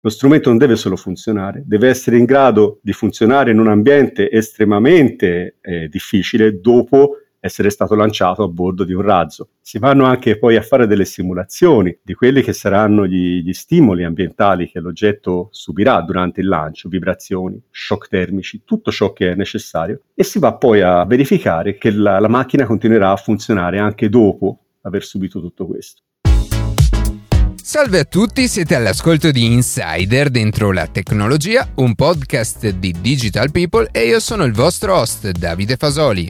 Lo strumento non deve solo funzionare, deve essere in grado di funzionare in un ambiente estremamente difficile dopo essere stato lanciato a bordo di un razzo. Si vanno anche poi a fare delle simulazioni di quelli che saranno gli stimoli ambientali che l'oggetto subirà durante il lancio, vibrazioni, shock termici, tutto ciò che è necessario, e si va poi a verificare che la macchina continuerà a funzionare anche dopo aver subito tutto questo. Salve a tutti, siete all'ascolto di Insider dentro la tecnologia, un podcast di Digital People, e io sono il vostro host Davide Fasoli.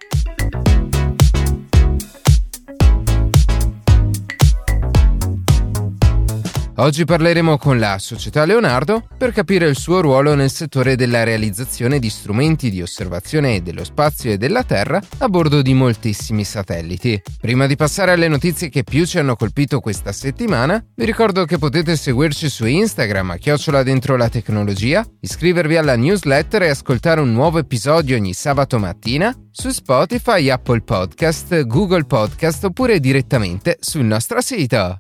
Oggi parleremo con la società Leonardo per capire il suo ruolo nel settore della realizzazione di strumenti di osservazione dello spazio e della Terra a bordo di moltissimi satelliti. Prima di passare alle notizie che più ci hanno colpito questa settimana, vi ricordo che potete seguirci su Instagram @DentroLaTecnologia, iscrivervi alla newsletter e ascoltare un nuovo episodio ogni sabato mattina su Spotify, Apple Podcast, Google Podcast oppure direttamente sul nostro sito.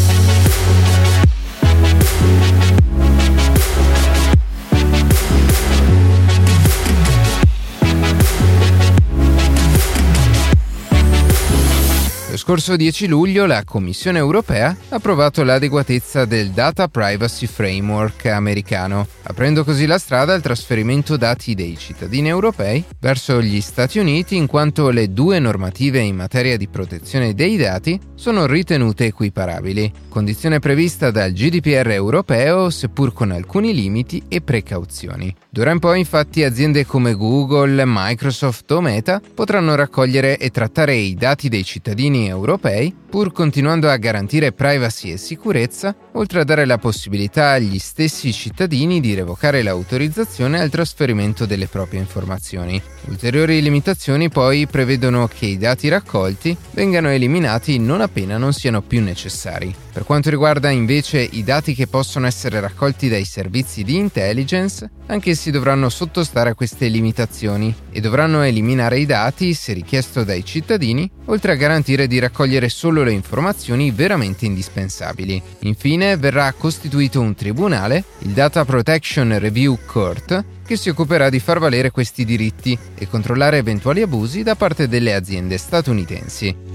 Lo scorso 10 luglio la Commissione europea ha approvato l'adeguatezza del Data Privacy Framework americano, aprendo così la strada al trasferimento dati dei cittadini europei verso gli Stati Uniti, in quanto le due normative in materia di protezione dei dati sono ritenute equiparabili, condizione prevista dal GDPR europeo, seppur con alcuni limiti e precauzioni. D'ora in poi, infatti, aziende come Google, Microsoft o Meta potranno raccogliere e trattare i dati dei cittadini europei, pur continuando a garantire privacy e sicurezza, oltre a dare la possibilità agli stessi cittadini di revocare l'autorizzazione al trasferimento delle proprie informazioni. Ulteriori limitazioni poi prevedono che i dati raccolti vengano eliminati non appena non siano più necessari. Per quanto riguarda invece i dati che possono essere raccolti dai servizi di intelligence, anch'essi dovranno sottostare a queste limitazioni e dovranno eliminare i dati se richiesto dai cittadini, oltre a garantire di raccogliere solo le informazioni veramente indispensabili. Infine verrà costituito un tribunale, il Data Protection Review Court, che si occuperà di far valere questi diritti e controllare eventuali abusi da parte delle aziende statunitensi.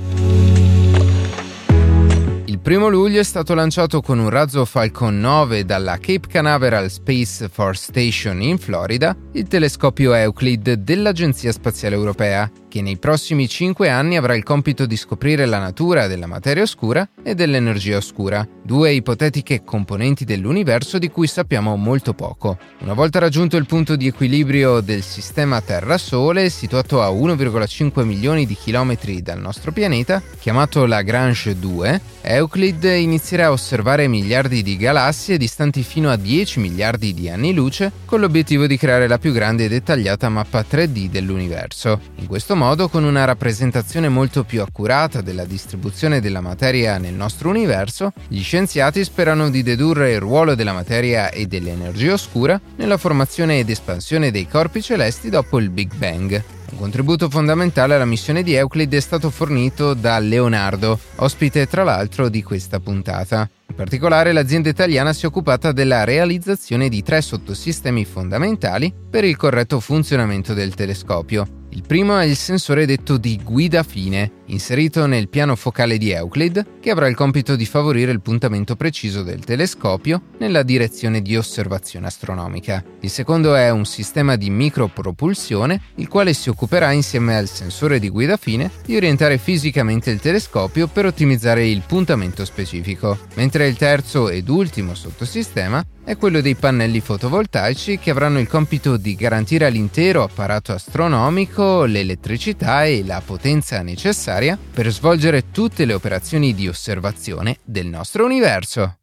Il 1 luglio è stato lanciato con un razzo Falcon 9 dalla Cape Canaveral Space Force Station in Florida il telescopio Euclid dell'Agenzia Spaziale Europea, che nei prossimi 5 anni avrà il compito di scoprire la natura della materia oscura e dell'energia oscura, due ipotetiche componenti dell'universo di cui sappiamo molto poco. Una volta raggiunto il punto di equilibrio del sistema Terra-Sole, situato a 1,5 milioni di chilometri dal nostro pianeta, chiamato Lagrange 2, Euclid inizierà a osservare miliardi di galassie distanti fino a 10 miliardi di anni luce, con l'obiettivo di creare la più grande e dettagliata mappa 3D dell'universo. In questo modo, con una rappresentazione molto più accurata della distribuzione della materia nel nostro universo, gli scienziati sperano di dedurre il ruolo della materia e dell'energia oscura nella formazione ed espansione dei corpi celesti dopo il Big Bang. Un contributo fondamentale alla missione di Euclid è stato fornito da Leonardo, ospite tra l'altro di questa puntata. In particolare, l'azienda italiana si è occupata della realizzazione di 3 sottosistemi fondamentali per il corretto funzionamento del telescopio. Il primo è il sensore detto di guida fine, inserito nel piano focale di Euclid, che avrà il compito di favorire il puntamento preciso del telescopio nella direzione di osservazione astronomica. Il secondo è un sistema di micropropulsione, il quale si occuperà insieme al sensore di guida fine di orientare fisicamente il telescopio per ottimizzare il puntamento specifico, mentre il terzo ed ultimo sottosistema è quello dei pannelli fotovoltaici, che avranno il compito di garantire all'intero apparato astronomico l'elettricità e la potenza necessaria per svolgere tutte le operazioni di osservazione del nostro universo.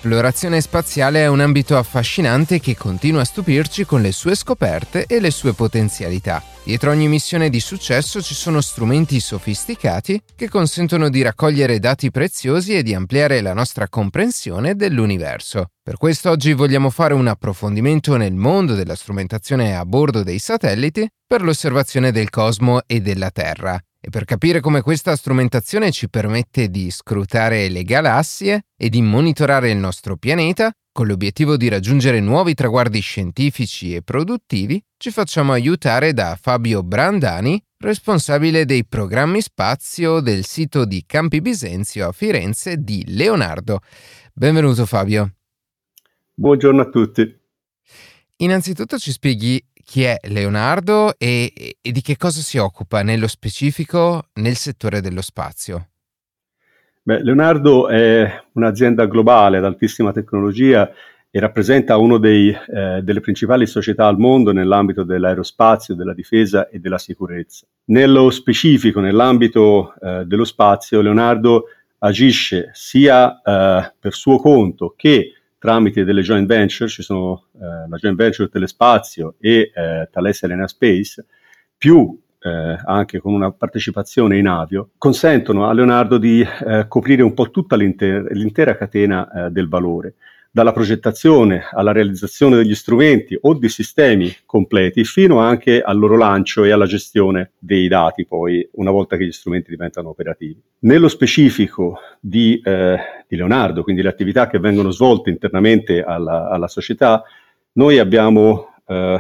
L'esplorazione spaziale è un ambito affascinante che continua a stupirci con le sue scoperte e le sue potenzialità. Dietro ogni missione di successo ci sono strumenti sofisticati che consentono di raccogliere dati preziosi e di ampliare la nostra comprensione dell'universo. Per questo oggi vogliamo fare un approfondimento nel mondo della strumentazione a bordo dei satelliti per l'osservazione del cosmo e della Terra. E per capire come questa strumentazione ci permette di scrutare le galassie e di monitorare il nostro pianeta, con l'obiettivo di raggiungere nuovi traguardi scientifici e produttivi, ci facciamo aiutare da Fabio Brandani, responsabile dei programmi spazio del sito di Campi Bisenzio a Firenze di Leonardo. Benvenuto Fabio. Buongiorno a tutti. Innanzitutto ci spieghi chi è Leonardo e di che cosa si occupa nello specifico nel settore dello spazio. Leonardo è un'azienda globale ad altissima tecnologia e rappresenta uno delle principali società al mondo nell'ambito dell'aerospazio, della difesa e della sicurezza. Nello specifico, nell'ambito dello spazio, Leonardo agisce sia per suo conto che tramite delle joint venture, ci sono la joint venture Telespazio e Thales Alenia Space, più anche con una partecipazione in Avio, consentono a Leonardo di coprire un po' tutta l'intera catena del valore, dalla progettazione alla realizzazione degli strumenti o di sistemi completi, fino anche al loro lancio e alla gestione dei dati, poi una volta che gli strumenti diventano operativi. Nello specifico di Leonardo, quindi le attività che vengono svolte internamente alla società, noi abbiamo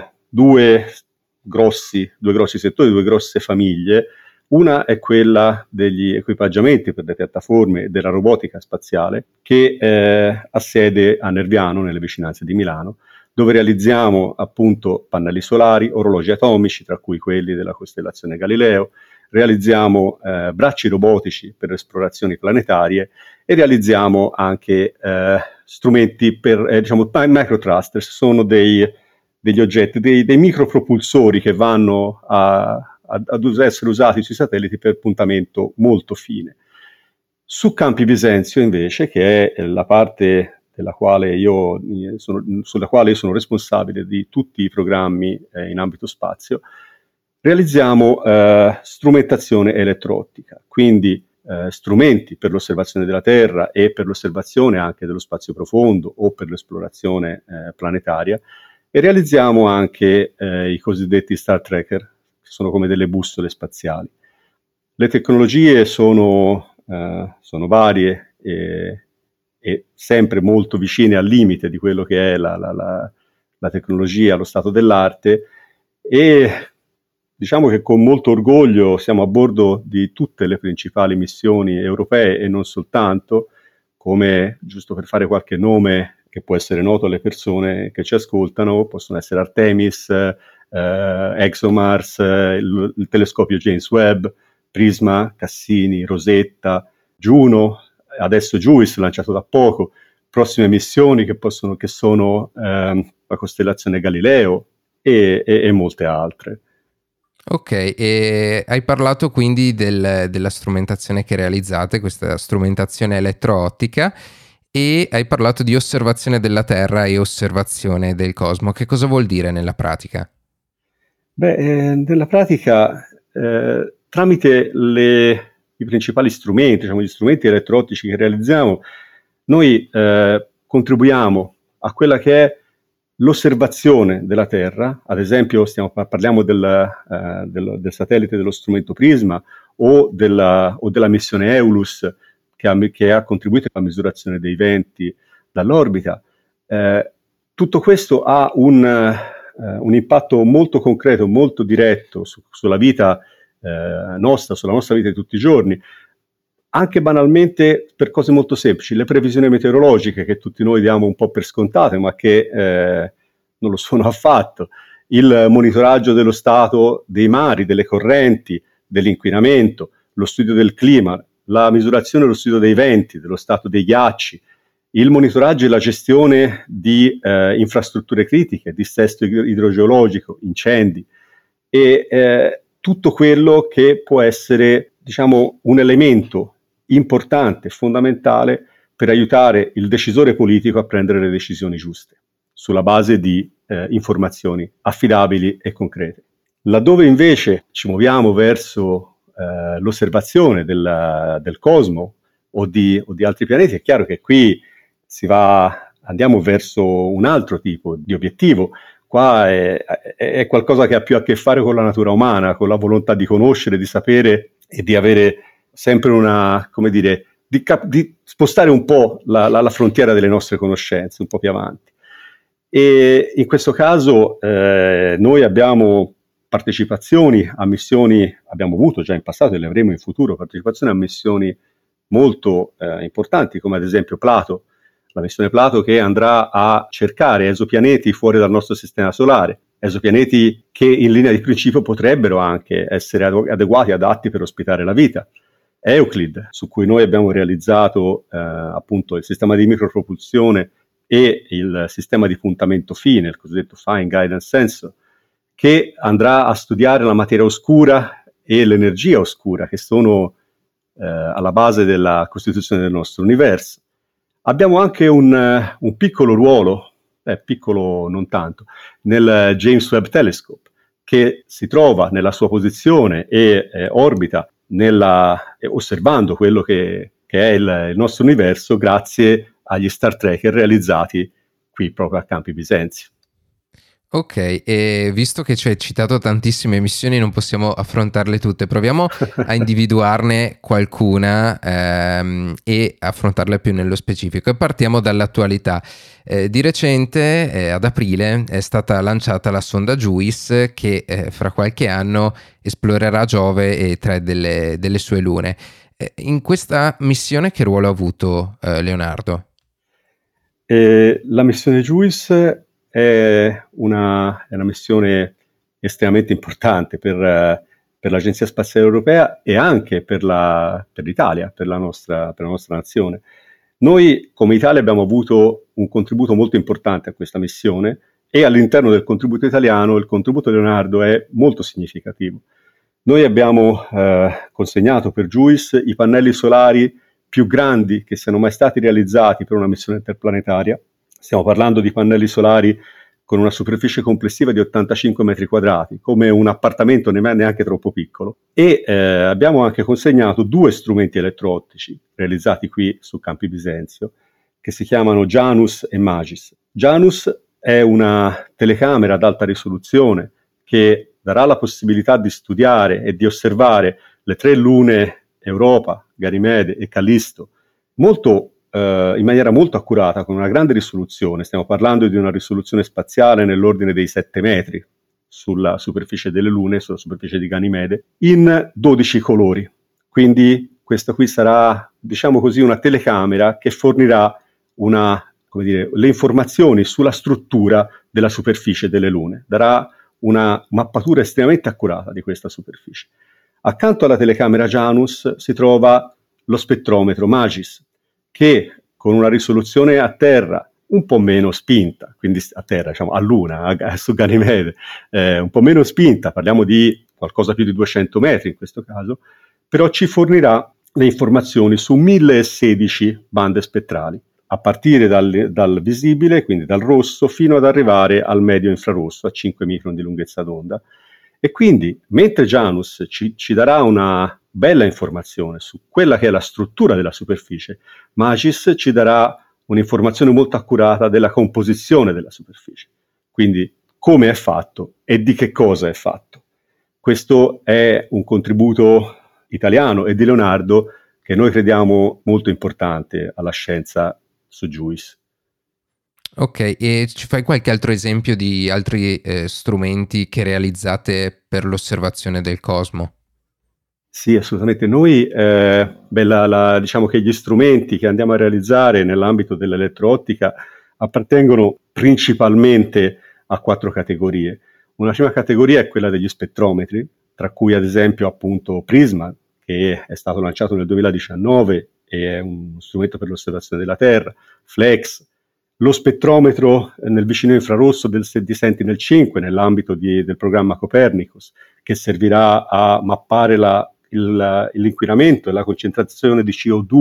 due grossi settori, due grosse famiglie. Una è quella degli equipaggiamenti per le piattaforme della robotica spaziale, che ha sede a Nerviano, nelle vicinanze di Milano, dove realizziamo appunto pannelli solari, orologi atomici, tra cui quelli della costellazione Galileo, realizziamo bracci robotici per esplorazioni planetarie e realizziamo anche strumenti per, microthruster. Sono degli oggetti, dei micropropulsori che vanno ad essere usati sui satelliti per puntamento molto fine. Su Campi Bisenzio invece, che è la parte sulla quale io sono responsabile di tutti i programmi in ambito spazio, realizziamo strumentazione elettroottica, quindi strumenti per l'osservazione della Terra e per l'osservazione anche dello spazio profondo o per l'esplorazione planetaria, e realizziamo anche i cosiddetti Star Tracker, che sono come delle bussole spaziali. Le tecnologie sono varie e sempre molto vicine al limite di quello che è la tecnologia, lo stato dell'arte, e diciamo che con molto orgoglio siamo a bordo di tutte le principali missioni europee e non soltanto, come, giusto per fare qualche nome che può essere noto alle persone che ci ascoltano, possono essere Artemis, ExoMars, il telescopio James Webb, Prisma, Cassini, Rosetta, Juno, adesso JUICE lanciato da poco, prossime missioni che sono la costellazione Galileo e molte altre. Ok, e hai parlato quindi della strumentazione che realizzate, questa strumentazione elettroottica, e hai parlato di osservazione della Terra e osservazione del cosmo. Che cosa vuol dire nella pratica? Nella pratica, tramite i principali strumenti, gli strumenti elettroottici che realizziamo, noi contribuiamo a quella che è l'osservazione della Terra. Ad esempio parliamo del satellite dello strumento Prisma o della missione Eulus, che ha contribuito alla misurazione dei venti dall'orbita. Tutto questo ha un impatto molto concreto, molto diretto sulla vita nostra, sulla nostra vita di tutti i giorni, anche banalmente per cose molto semplici, le previsioni meteorologiche che tutti noi diamo un po' per scontate, ma che non lo sono affatto, il monitoraggio dello stato dei mari, delle correnti, dell'inquinamento, lo studio del clima, la misurazione e lo studio dei venti, dello stato dei ghiacci, il monitoraggio e la gestione di infrastrutture critiche, dissesto idrogeologico, incendi e tutto quello che può essere, diciamo, un elemento importante, fondamentale per aiutare il decisore politico a prendere le decisioni giuste, sulla base di informazioni affidabili e concrete. Laddove invece ci muoviamo verso l'osservazione del cosmo o di altri pianeti, è chiaro che qui andiamo verso un altro tipo di obiettivo. Qua è qualcosa che ha più a che fare con la natura umana, con la volontà di conoscere, di sapere e di avere sempre una, come dire, di spostare un po' la frontiera delle nostre conoscenze, un po' più avanti. E in questo caso noi abbiamo partecipazioni a missioni, abbiamo avuto già in passato e le avremo in futuro, partecipazioni a missioni molto importanti, come ad esempio Plato, la missione Plato, che andrà a cercare esopianeti fuori dal nostro sistema solare, esopianeti che in linea di principio potrebbero anche essere adeguati, adatti per ospitare la vita. Euclid, su cui noi abbiamo realizzato appunto il sistema di micropropulsione e il sistema di puntamento fine, il cosiddetto Fine Guidance Sensor, che andrà a studiare la materia oscura e l'energia oscura che sono alla base della costituzione del nostro universo. Abbiamo anche un piccolo ruolo, piccolo non tanto, nel James Webb Telescope, che si trova nella sua posizione e orbita osservando quello che è il nostro universo grazie agli Star Tracker realizzati qui proprio a Campi Bisenzio. Ok, e visto che ci hai citato tantissime missioni, non possiamo affrontarle tutte. Proviamo a individuarne qualcuna e affrontarle più nello specifico. E partiamo dall'attualità. Di recente, ad aprile, è stata lanciata la sonda JUICE che fra qualche anno esplorerà Giove e 3 delle sue lune. In questa missione che ruolo ha avuto Leonardo? La missione JUICE è una missione estremamente importante per l'Agenzia Spaziale Europea e anche per l'Italia, per la nostra nazione. Noi come Italia abbiamo avuto un contributo molto importante a questa missione e all'interno del contributo italiano il contributo di Leonardo è molto significativo. Noi abbiamo consegnato per JUICE i pannelli solari più grandi che siano mai stati realizzati per una missione interplanetaria. Stiamo parlando di pannelli solari con una superficie complessiva di 85 metri quadrati, come un appartamento neanche troppo piccolo. E abbiamo anche consegnato 2 strumenti elettroottici realizzati qui su Campi Bisenzio, che si chiamano Janus e Magis. Janus è una telecamera ad alta risoluzione che darà la possibilità di studiare e di osservare le 3 lune Europa, Ganimede e Callisto in maniera molto accurata, con una grande risoluzione. Stiamo parlando di una risoluzione spaziale nell'ordine dei 7 metri sulla superficie delle lune, sulla superficie di Ganimede, in 12 colori. Quindi questa qui sarà, diciamo così, una telecamera che fornirà le informazioni sulla struttura della superficie delle lune, darà una mappatura estremamente accurata di questa superficie. Accanto alla telecamera Janus si trova lo spettrometro Magis, che con una risoluzione a terra un po' meno spinta, quindi a terra, diciamo a Luna, su Ganimede, un po' meno spinta, parliamo di qualcosa più di 200 metri in questo caso, però ci fornirà le informazioni su 1016 bande spettrali, a partire dal visibile, quindi dal rosso, fino ad arrivare al medio infrarosso, a 5 micron di lunghezza d'onda. E quindi, mentre Janus ci darà una bella informazione su quella che è la struttura della superficie, Magis ci darà un'informazione molto accurata della composizione della superficie, quindi come è fatto e di che cosa è fatto. Questo è un contributo italiano e di Leonardo che noi crediamo molto importante alla scienza su JUICE. Ok, e ci fai qualche altro esempio di altri strumenti che realizzate per l'osservazione del cosmo? Sì, assolutamente. Noi, diciamo che gli strumenti che andiamo a realizzare nell'ambito dell'elettroottica appartengono principalmente a 4 categorie. Una prima categoria è quella degli spettrometri, tra cui ad esempio appunto Prisma, che è stato lanciato nel 2019 e è un strumento per l'osservazione della Terra, Flex, lo spettrometro nel vicino infrarosso di Sentinel-5 nell'ambito del programma Copernicus, che servirà a mappare l'inquinamento e la concentrazione di CO2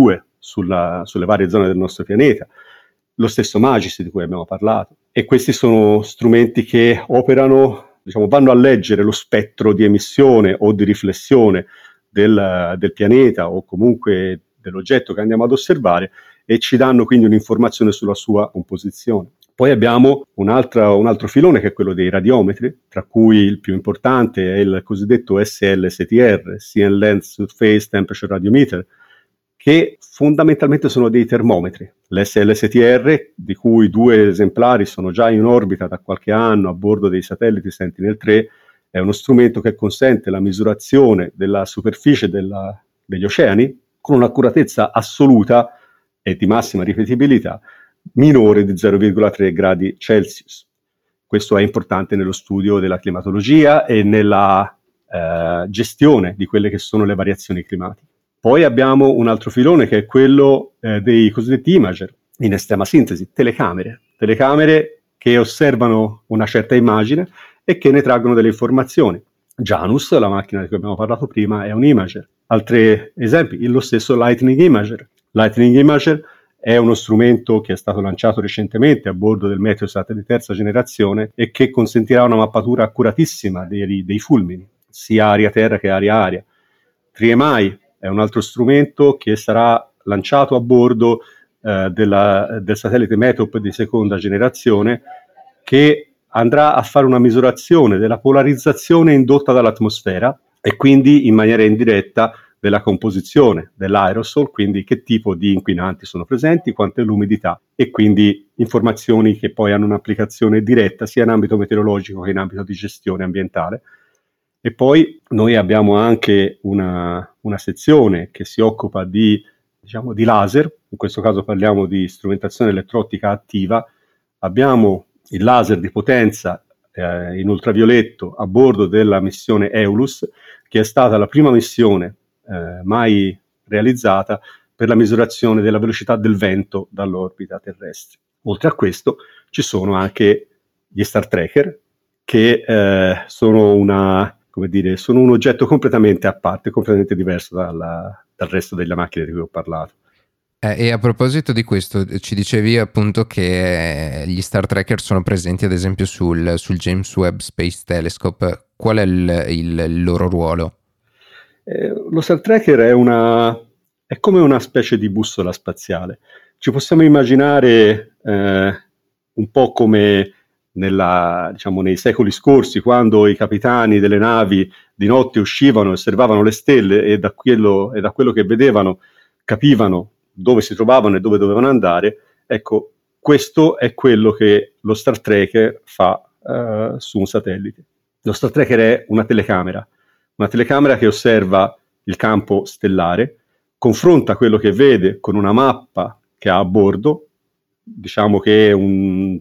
sulle varie zone del nostro pianeta, lo stesso Magis di cui abbiamo parlato. E questi sono strumenti che operano, diciamo, vanno a leggere lo spettro di emissione o di riflessione del pianeta o comunque dell'oggetto che andiamo ad osservare e ci danno quindi un'informazione sulla sua composizione. Poi abbiamo un altro filone che è quello dei radiometri, tra cui il più importante è il cosiddetto SLSTR, Sea Land Surface Temperature Radiometer, che fondamentalmente sono dei termometri. L'SLSTR, di cui 2 esemplari sono già in orbita da qualche anno a bordo dei satelliti Sentinel-3, è uno strumento che consente la misurazione della superficie degli oceani con un'accuratezza assoluta e di massima ripetibilità minore di 0,3 gradi Celsius. Questo è importante nello studio della climatologia e nella gestione di quelle che sono le variazioni climatiche. Poi abbiamo un altro filone che è quello dei cosiddetti imager, in estrema sintesi, telecamere che osservano una certa immagine e che ne traggono delle informazioni. Janus, la macchina di cui abbiamo parlato prima, è un imager. Altri esempi, lo stesso Lightning Imager. Lightning Imager è uno strumento che è stato lanciato recentemente a bordo del Meteosat di terza generazione e che consentirà una mappatura accuratissima dei fulmini, sia aria-terra che aria-aria. TriEMI è un altro strumento che sarà lanciato a bordo del satellite METOP di seconda generazione, che andrà a fare una misurazione della polarizzazione indotta dall'atmosfera e quindi in maniera indiretta della composizione dell'aerosol, quindi che tipo di inquinanti sono presenti, quanta è l'umidità, e quindi informazioni che poi hanno un'applicazione diretta sia in ambito meteorologico che in ambito di gestione ambientale. E poi noi abbiamo anche una sezione che si occupa di laser, in questo caso parliamo di strumentazione elettroottica attiva. Abbiamo il laser di potenza in ultravioletto a bordo della missione EULUS, che è stata la prima missione mai realizzata per la misurazione della velocità del vento dall'orbita terrestre. Oltre a questo ci sono anche gli Star Tracker, che sono un oggetto completamente a parte, completamente diverso dal resto delle macchine di cui ho parlato. E a proposito di questo, ci dicevi appunto che gli Star Tracker sono presenti ad esempio sul James Webb Space Telescope. Qual è il loro ruolo? Lo Star Tracker è come una specie di bussola spaziale. Ci possiamo immaginare un po' come nei secoli scorsi, quando i capitani delle navi di notte uscivano e osservavano le stelle e da quello che vedevano capivano dove si trovavano e dove dovevano andare. Ecco, questo è quello che lo Star Tracker fa su un satellite. Lo Star Tracker è una telecamera che osserva il campo stellare, confronta quello che vede con una mappa che ha a bordo, diciamo che una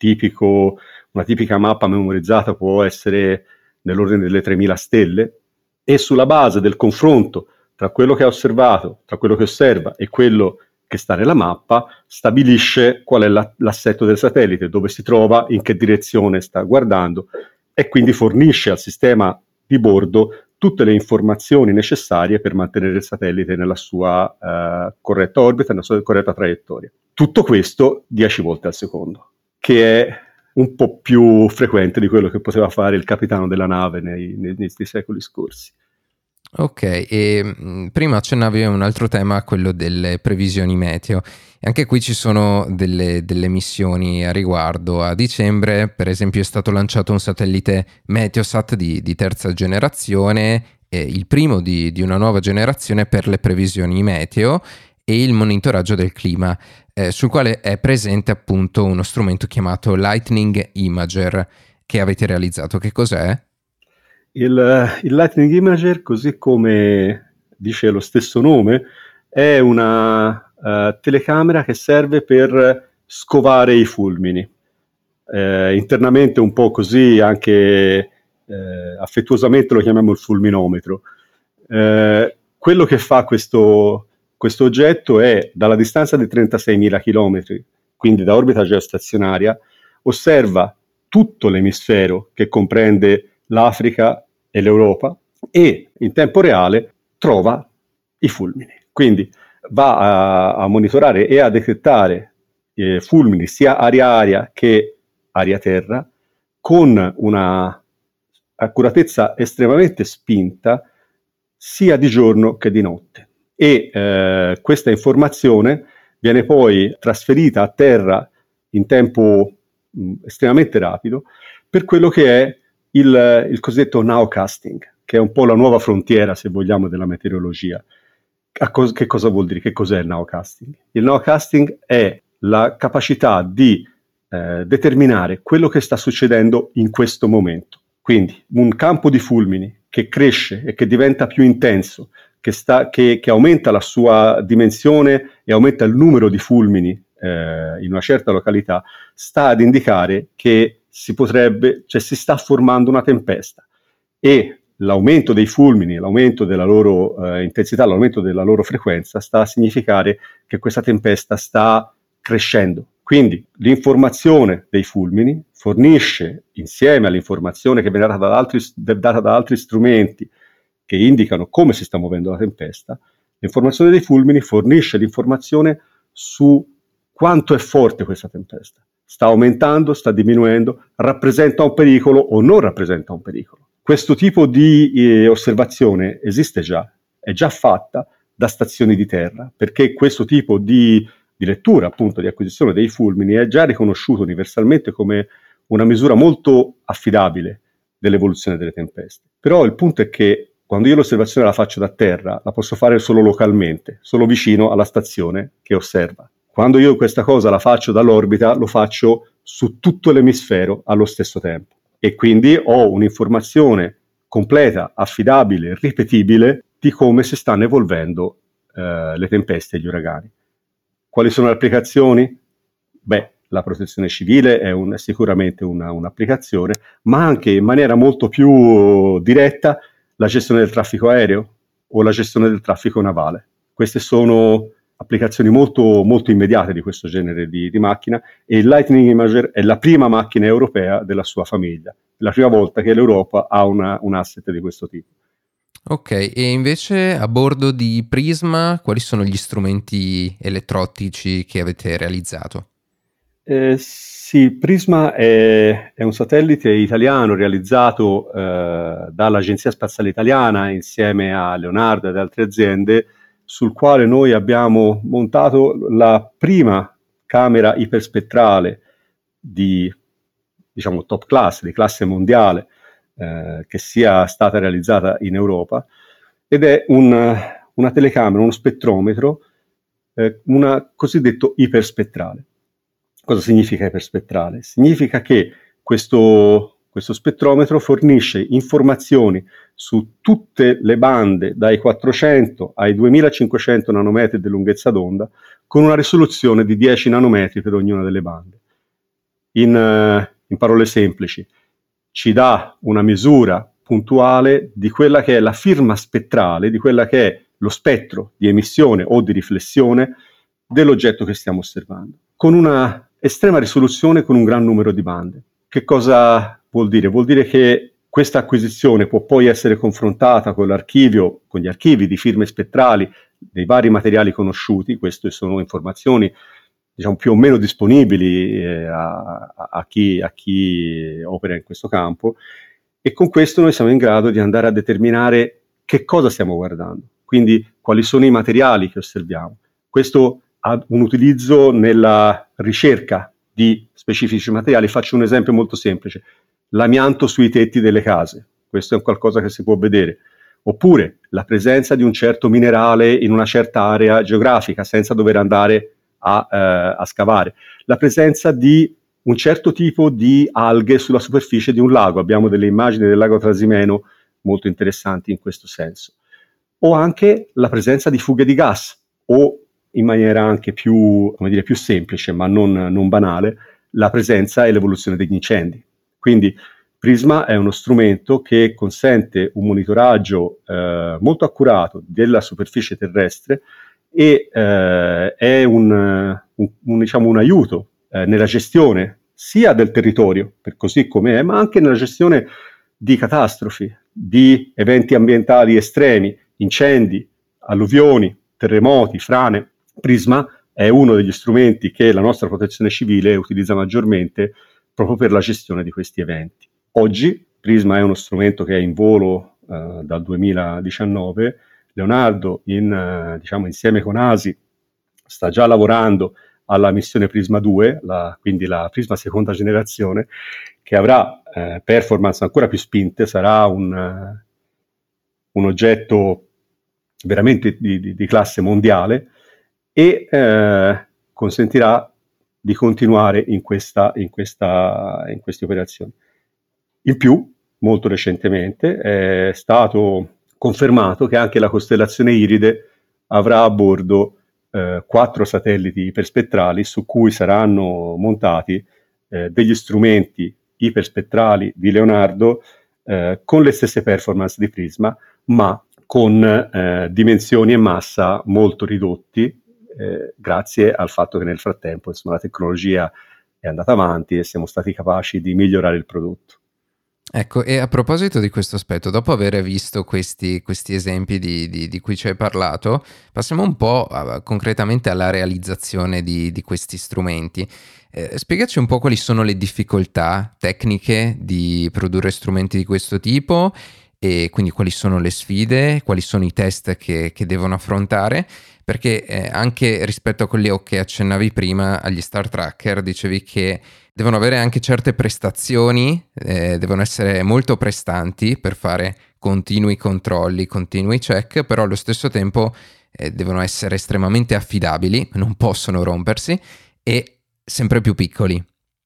tipica mappa memorizzata può essere nell'ordine delle 3000 stelle, e sulla base del confronto tra quello che ha osservato, tra quello che osserva e quello che sta nella mappa, stabilisce qual è l'assetto del satellite, dove si trova, in che direzione sta guardando, e quindi fornisce al sistema di bordo tutte le informazioni necessarie per mantenere il satellite nella sua corretta orbita, nella sua corretta traiettoria. Tutto questo 10 volte al secondo, che è un po' più frequente di quello che poteva fare il capitano della nave nei secoli scorsi. Ok, e prima accennavi a un altro tema, quello delle previsioni meteo. Anche qui ci sono delle missioni a riguardo. A dicembre, per esempio, è stato lanciato un satellite Meteosat di terza generazione, il primo di una nuova generazione per le previsioni meteo e il monitoraggio del clima, sul quale è presente appunto uno strumento chiamato Lightning Imager che avete realizzato. Che cos'è? Il Lightning Imager, così come dice lo stesso nome, è una telecamera che serve per scovare i fulmini. Internamente un po' così, anche affettuosamente lo chiamiamo il fulminometro. Quello che fa questo oggetto è, dalla distanza di 36.000 km, quindi da orbita geostazionaria, osserva tutto l'emisfero che comprende l'Africa e l'Europa e in tempo reale trova i fulmini. Quindi va a monitorare e a detettare fulmini sia aria-aria che aria-terra con una accuratezza estremamente spinta sia di giorno che di notte. E questa informazione viene poi trasferita a terra in tempo estremamente rapido per quello che è il cosiddetto nowcasting, che è un po' la nuova frontiera, se vogliamo, della meteorologia. Che cosa vuol dire? Che cos'è il nowcasting? Il nowcasting è la capacità di determinare quello che sta succedendo in questo momento. Quindi un campo di fulmini che cresce e che diventa più intenso, che aumenta la sua dimensione e aumenta il numero di fulmini in una certa località, sta ad indicare che si sta formando una tempesta, e l'aumento dei fulmini, l'aumento della loro intensità, l'aumento della loro frequenza sta a significare che questa tempesta sta crescendo. Quindi l'informazione dei fulmini fornisce, insieme all'informazione che viene data da altri strumenti che indicano come si sta muovendo la tempesta, l'informazione dei fulmini fornisce l'informazione su quanto è forte questa tempesta. Sta aumentando, sta diminuendo, rappresenta un pericolo o non rappresenta un pericolo. Questo tipo di osservazione esiste già, è già fatta da stazioni di terra, perché questo tipo di lettura, appunto, di acquisizione dei fulmini è già riconosciuto universalmente come una misura molto affidabile dell'evoluzione delle tempeste. Però il punto è che quando io l'osservazione la faccio da terra, la posso fare solo localmente, solo vicino alla stazione che osserva. Quando io questa cosa la faccio dall'orbita, lo faccio su tutto l'emisfero allo stesso tempo. E quindi ho un'informazione completa, affidabile, ripetibile di come si stanno evolvendo le tempeste e gli uragani. Quali sono le applicazioni? Beh, la protezione civile è sicuramente un'applicazione, ma anche in maniera molto più diretta la gestione del traffico aereo o la gestione del traffico navale. Queste sono applicazioni molto, molto immediate di questo genere di macchina, e il Lightning Imager è la prima macchina europea della sua famiglia. È la prima volta che l'Europa ha un asset di questo tipo. Ok, e invece a bordo di Prisma quali sono gli strumenti elettroottici che avete realizzato? Sì, Prisma è un satellite italiano realizzato dall'Agenzia Spaziale Italiana insieme a Leonardo ed altre aziende, sul quale noi abbiamo montato la prima camera iperspettrale di, diciamo, top class, di classe mondiale, che sia stata realizzata in Europa, ed è una telecamera, uno spettrometro, una cosiddetto iperspettrale. Cosa significa iperspettrale? Significa che questo spettrometro fornisce informazioni su tutte le bande dai 400 ai 2500 nanometri di lunghezza d'onda, con una risoluzione di 10 nanometri per ognuna delle bande. In parole semplici, ci dà una misura puntuale di quella che è la firma spettrale, di quella che è lo spettro di emissione o di riflessione dell'oggetto che stiamo osservando, con una estrema risoluzione, con un gran numero di bande. Che cosa vuol dire? Vuol dire che questa acquisizione può poi essere confrontata con gli archivi di firme spettrali dei vari materiali conosciuti. Queste sono informazioni, diciamo, più o meno disponibili a chi opera in questo campo, e con questo noi siamo in grado di andare a determinare che cosa stiamo guardando, quindi quali sono i materiali che osserviamo. Questo ha un utilizzo nella ricerca di specifici materiali. Faccio un esempio molto semplice: l'amianto sui tetti delle case. Questo è qualcosa che si può vedere. Oppure la presenza di un certo minerale in una certa area geografica senza dover andare a scavare. La presenza di un certo tipo di alghe sulla superficie di un lago. Abbiamo delle immagini del lago Trasimeno molto interessanti in questo senso. O anche la presenza di fughe di gas, o in maniera anche più semplice ma non banale, la presenza e l'evoluzione degli incendi. Quindi Prisma è uno strumento che consente un monitoraggio molto accurato della superficie terrestre, e è un aiuto nella gestione sia del territorio, per così come è, ma anche nella gestione di catastrofi, di eventi ambientali estremi, incendi, alluvioni, terremoti, frane. Prisma è uno degli strumenti che la nostra protezione civile utilizza maggiormente proprio per la gestione di questi eventi. Oggi Prisma è uno strumento che è in volo dal 2019. Leonardo, insieme con ASI, sta già lavorando alla missione Prisma 2, quindi la Prisma seconda generazione, che avrà performance ancora più spinte, sarà un oggetto veramente di classe mondiale e consentirà di continuare in queste operazioni. In più, molto recentemente, è stato confermato che anche la costellazione Iride avrà a bordo 4 satelliti iperspettrali su cui saranno montati degli strumenti iperspettrali di Leonardo con le stesse performance di Prisma, ma con dimensioni e massa molto ridotti, grazie al fatto che nel frattempo la tecnologia è andata avanti e siamo stati capaci di migliorare il prodotto. Ecco, e a proposito di questo aspetto, dopo aver visto questi esempi di cui ci hai parlato, passiamo un po' concretamente alla realizzazione di questi strumenti. Spiegaci un po' quali sono le difficoltà tecniche di produrre strumenti di questo tipo e quindi quali sono le sfide, quali sono i test che devono affrontare, perché anche rispetto a quelli che accennavi prima, agli Star Tracker, dicevi che devono avere anche certe prestazioni, devono essere molto prestanti per fare continui controlli, continui check, però allo stesso tempo devono essere estremamente affidabili, non possono rompersi e sempre più piccoli.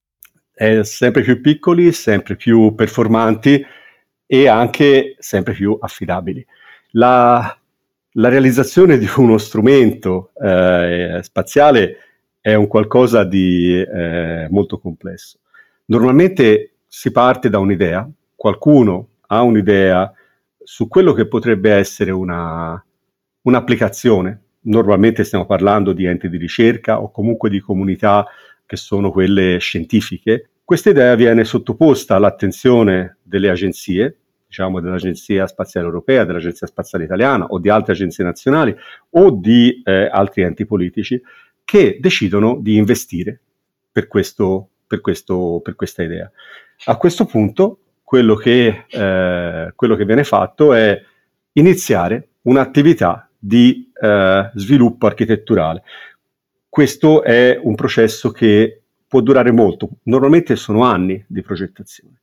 Sempre più piccoli, sempre più performanti e anche sempre più affidabili. La realizzazione di uno strumento spaziale è un qualcosa di molto complesso. Normalmente si parte da un'idea, qualcuno ha un'idea su quello che potrebbe essere un'applicazione. Normalmente stiamo parlando di enti di ricerca o comunque di comunità che sono quelle scientifiche. Questa idea viene sottoposta all'attenzione delle agenzie, diciamo dell'Agenzia Spaziale Europea, dell'Agenzia Spaziale Italiana o di altre agenzie nazionali o di altri enti politici che decidono di investire per questa idea. A questo punto quello che viene fatto è iniziare un'attività di sviluppo architetturale. Questo è un processo che può durare molto, normalmente sono anni di progettazione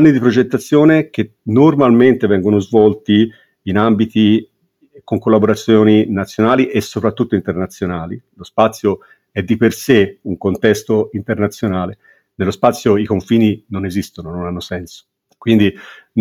che normalmente vengono svolti in ambiti con collaborazioni nazionali e soprattutto internazionali. Lo spazio è di per sé un contesto internazionale. Nello spazio i confini non esistono, non hanno senso. Quindi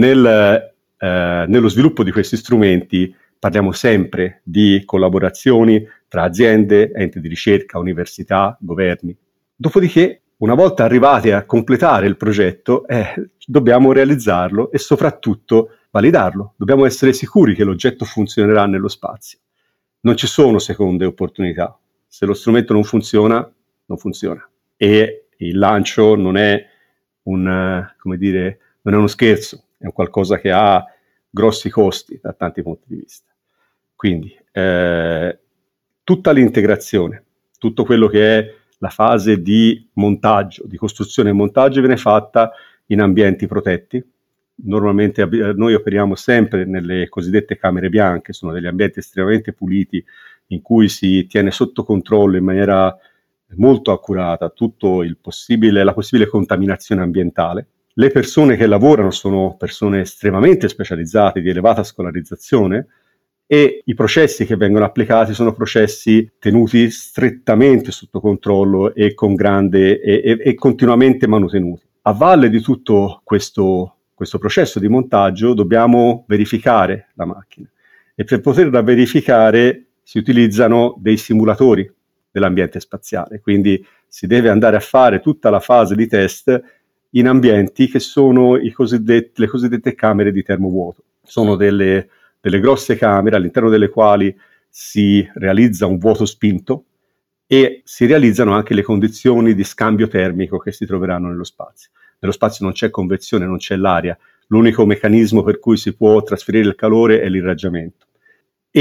nello sviluppo di questi strumenti parliamo sempre di collaborazioni tra aziende, enti di ricerca, università, governi. Dopodiché, una volta arrivati a completare il progetto, dobbiamo realizzarlo e soprattutto validarlo. Dobbiamo essere sicuri che l'oggetto funzionerà nello spazio. Non ci sono seconde opportunità. Se lo strumento non funziona, non funziona. E il lancio non è non è uno scherzo, è un qualcosa che ha grossi costi da tanti punti di vista. Quindi tutta l'integrazione, tutto quello che è la fase di montaggio, di costruzione e montaggio viene fatta in ambienti protetti. Normalmente noi operiamo sempre nelle cosiddette camere bianche, sono degli ambienti estremamente puliti in cui si tiene sotto controllo in maniera molto accurata tutto la possibile contaminazione ambientale. Le persone che lavorano sono persone estremamente specializzate, di elevata scolarizzazione, e i processi che vengono applicati sono processi tenuti strettamente sotto controllo e con grande e continuamente manutenuti. A valle di tutto questo processo di montaggio dobbiamo verificare la macchina e per poterla verificare si utilizzano dei simulatori dell'ambiente spaziale, quindi si deve andare a fare tutta la fase di test in ambienti che sono le cosiddette camere di termovuoto. Sono delle grosse camere all'interno delle quali si realizza un vuoto spinto e si realizzano anche le condizioni di scambio termico che si troveranno nello spazio. Nello spazio non c'è convezione, non c'è l'aria, l'unico meccanismo per cui si può trasferire il calore è l'irraggiamento. E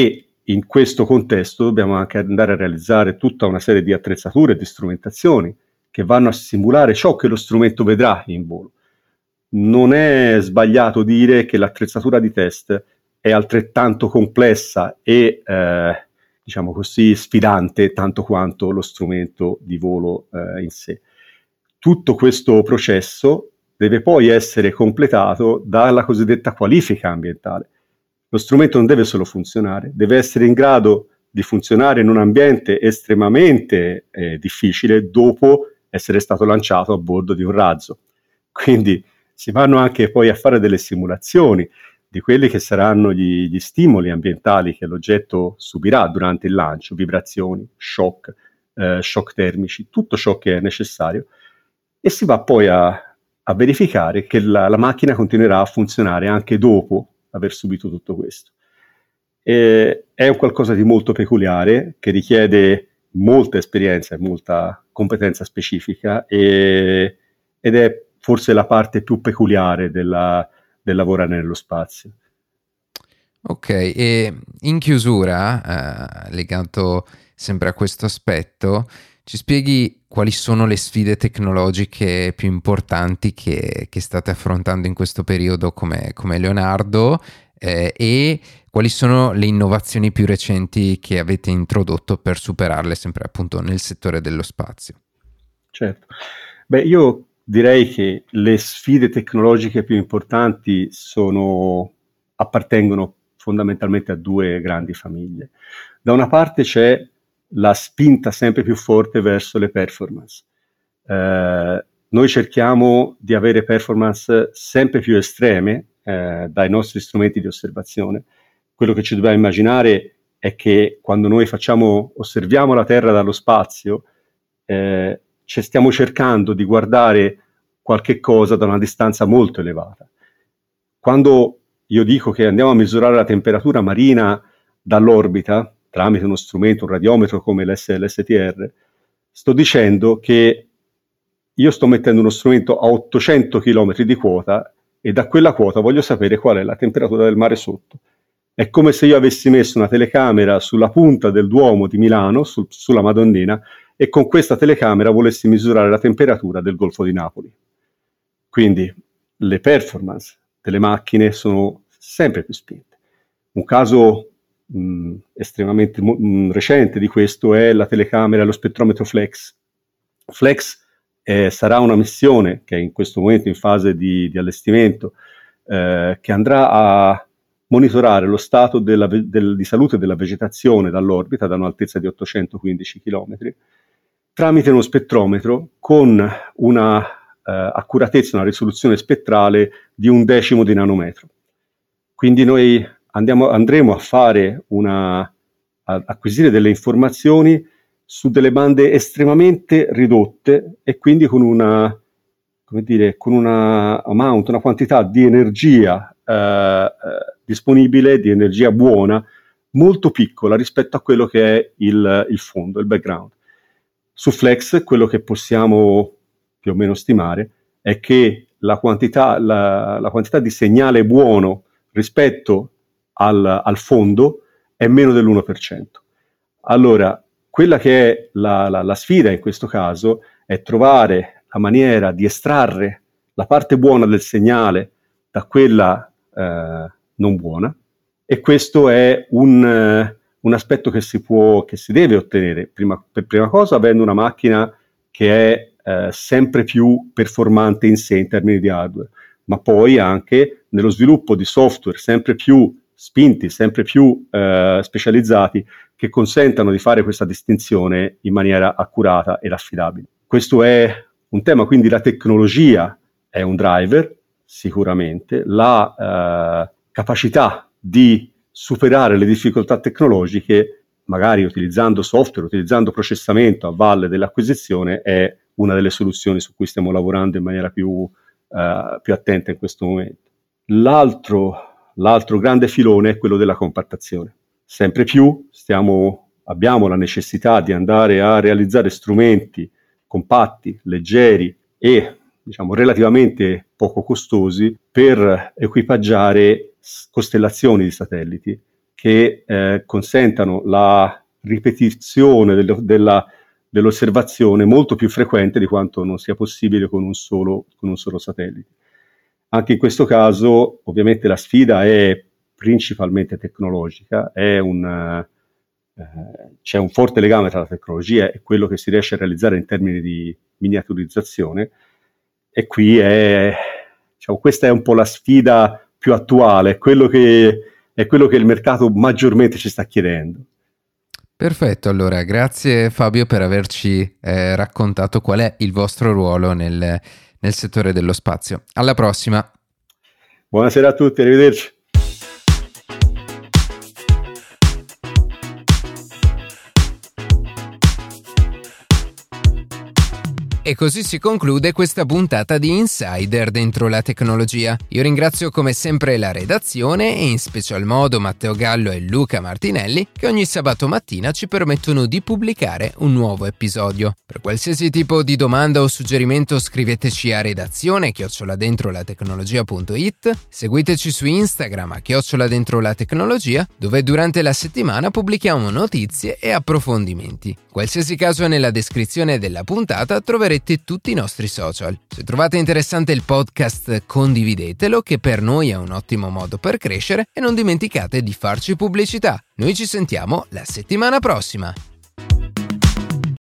in questo contesto dobbiamo anche andare a realizzare tutta una serie di attrezzature e di strumentazioni che vanno a simulare ciò che lo strumento vedrà in volo. Non è sbagliato dire che l'attrezzatura di test è altrettanto complessa e diciamo così sfidante tanto quanto lo strumento di volo in sé. Tutto questo processo deve poi essere completato dalla cosiddetta qualifica ambientale. Lo strumento non deve solo funzionare, deve essere in grado di funzionare in un ambiente estremamente difficile dopo essere stato lanciato a bordo di un razzo. Quindi si vanno anche poi a fare delle simulazioni di quelli che saranno gli stimoli ambientali che l'oggetto subirà durante il lancio, vibrazioni, shock termici, tutto ciò che è necessario, e si va poi a verificare che la macchina continuerà a funzionare anche dopo aver subito tutto questo. È un qualcosa di molto peculiare che richiede molta esperienza e molta competenza specifica ed è forse la parte più peculiare del lavorare nello spazio. Ok, e in chiusura, legato sempre a questo aspetto, ci spieghi quali sono le sfide tecnologiche più importanti che state affrontando in questo periodo come Leonardo, e quali sono le innovazioni più recenti che avete introdotto per superarle sempre appunto nel settore dello spazio? Certo. Beh, io direi che le sfide tecnologiche più importanti appartengono fondamentalmente a due grandi famiglie. Da una parte c'è la spinta sempre più forte verso le performance. Noi cerchiamo di avere performance sempre più estreme dai nostri strumenti di osservazione. Quello che ci dobbiamo immaginare è che quando noi osserviamo la Terra dallo spazio, ci stiamo cercando di guardare qualche cosa da una distanza molto elevata. Quando io dico che andiamo a misurare la temperatura marina dall'orbita tramite uno strumento, un radiometro come l'STR, sto dicendo che io sto mettendo uno strumento a 800 km di quota e da quella quota voglio sapere qual è la temperatura del mare sotto. È come se io avessi messo una telecamera sulla punta del Duomo di Milano, sulla Madonnina, e con questa telecamera volessi misurare la temperatura del Golfo di Napoli. Quindi le performance delle macchine sono sempre più spinte. Un caso estremamente recente di questo è la telecamera, lo spettrometro Flex. Flex sarà una missione che è in questo momento in fase di allestimento, che andrà a monitorare lo stato di salute della vegetazione dall'orbita, da un'altezza di 815 km, tramite uno spettrometro con una accuratezza, una risoluzione spettrale di 1/10 di nanometro. Quindi noi andremo a acquisire delle informazioni su delle bande estremamente ridotte e quindi con una quantità di energia disponibile, di energia buona, molto piccola rispetto a quello che è il fondo, il background. Su Flex quello che possiamo più o meno stimare è che la quantità di segnale buono rispetto al fondo è meno dell'1%. Allora, quella che è la sfida in questo caso è trovare la maniera di estrarre la parte buona del segnale da quella non buona, e questo è un aspetto che si deve ottenere per prima cosa avendo una macchina che è sempre più performante in sé in termini di hardware, ma poi anche nello sviluppo di software sempre più spinti, sempre più specializzati, che consentano di fare questa distinzione in maniera accurata ed affidabile. Questo è un tema, quindi la tecnologia è un driver, sicuramente, la capacità di superare le difficoltà tecnologiche, magari utilizzando software, utilizzando processamento a valle dell'acquisizione, è una delle soluzioni su cui stiamo lavorando in maniera più attenta in questo momento. L'altro grande filone è quello della compattazione. Sempre più abbiamo la necessità di andare a realizzare strumenti compatti, leggeri e relativamente poco costosi per equipaggiare costellazioni di satelliti che consentano la ripetizione dell'osservazione molto più frequente di quanto non sia possibile con un solo satellite. Anche in questo caso, ovviamente, la sfida è principalmente tecnologica, c'è un forte legame tra la tecnologia e quello che si riesce a realizzare in termini di miniaturizzazione, e qui questa è un po' la sfida più attuale, è quello che il mercato maggiormente ci sta chiedendo. Perfetto, allora grazie Fabio per averci raccontato qual è il vostro ruolo nel settore dello spazio. Alla prossima. Buonasera a tutti, arrivederci. E così si conclude questa puntata di Insider dentro la tecnologia. Io ringrazio come sempre la redazione e in special modo Matteo Gallo e Luca Martinelli, che ogni sabato mattina ci permettono di pubblicare un nuovo episodio. Per qualsiasi tipo di domanda o suggerimento scriveteci a redazione@dentrolatecnologia.it, seguiteci su Instagram @dentrolatecnologia, dove durante la settimana pubblichiamo notizie e approfondimenti. Qualsiasi caso, nella descrizione della puntata troverete tutti i nostri social. Se trovate interessante il podcast, condividetelo, che per noi è un ottimo modo per crescere, e non dimenticate di farci pubblicità. Noi ci sentiamo la settimana prossima.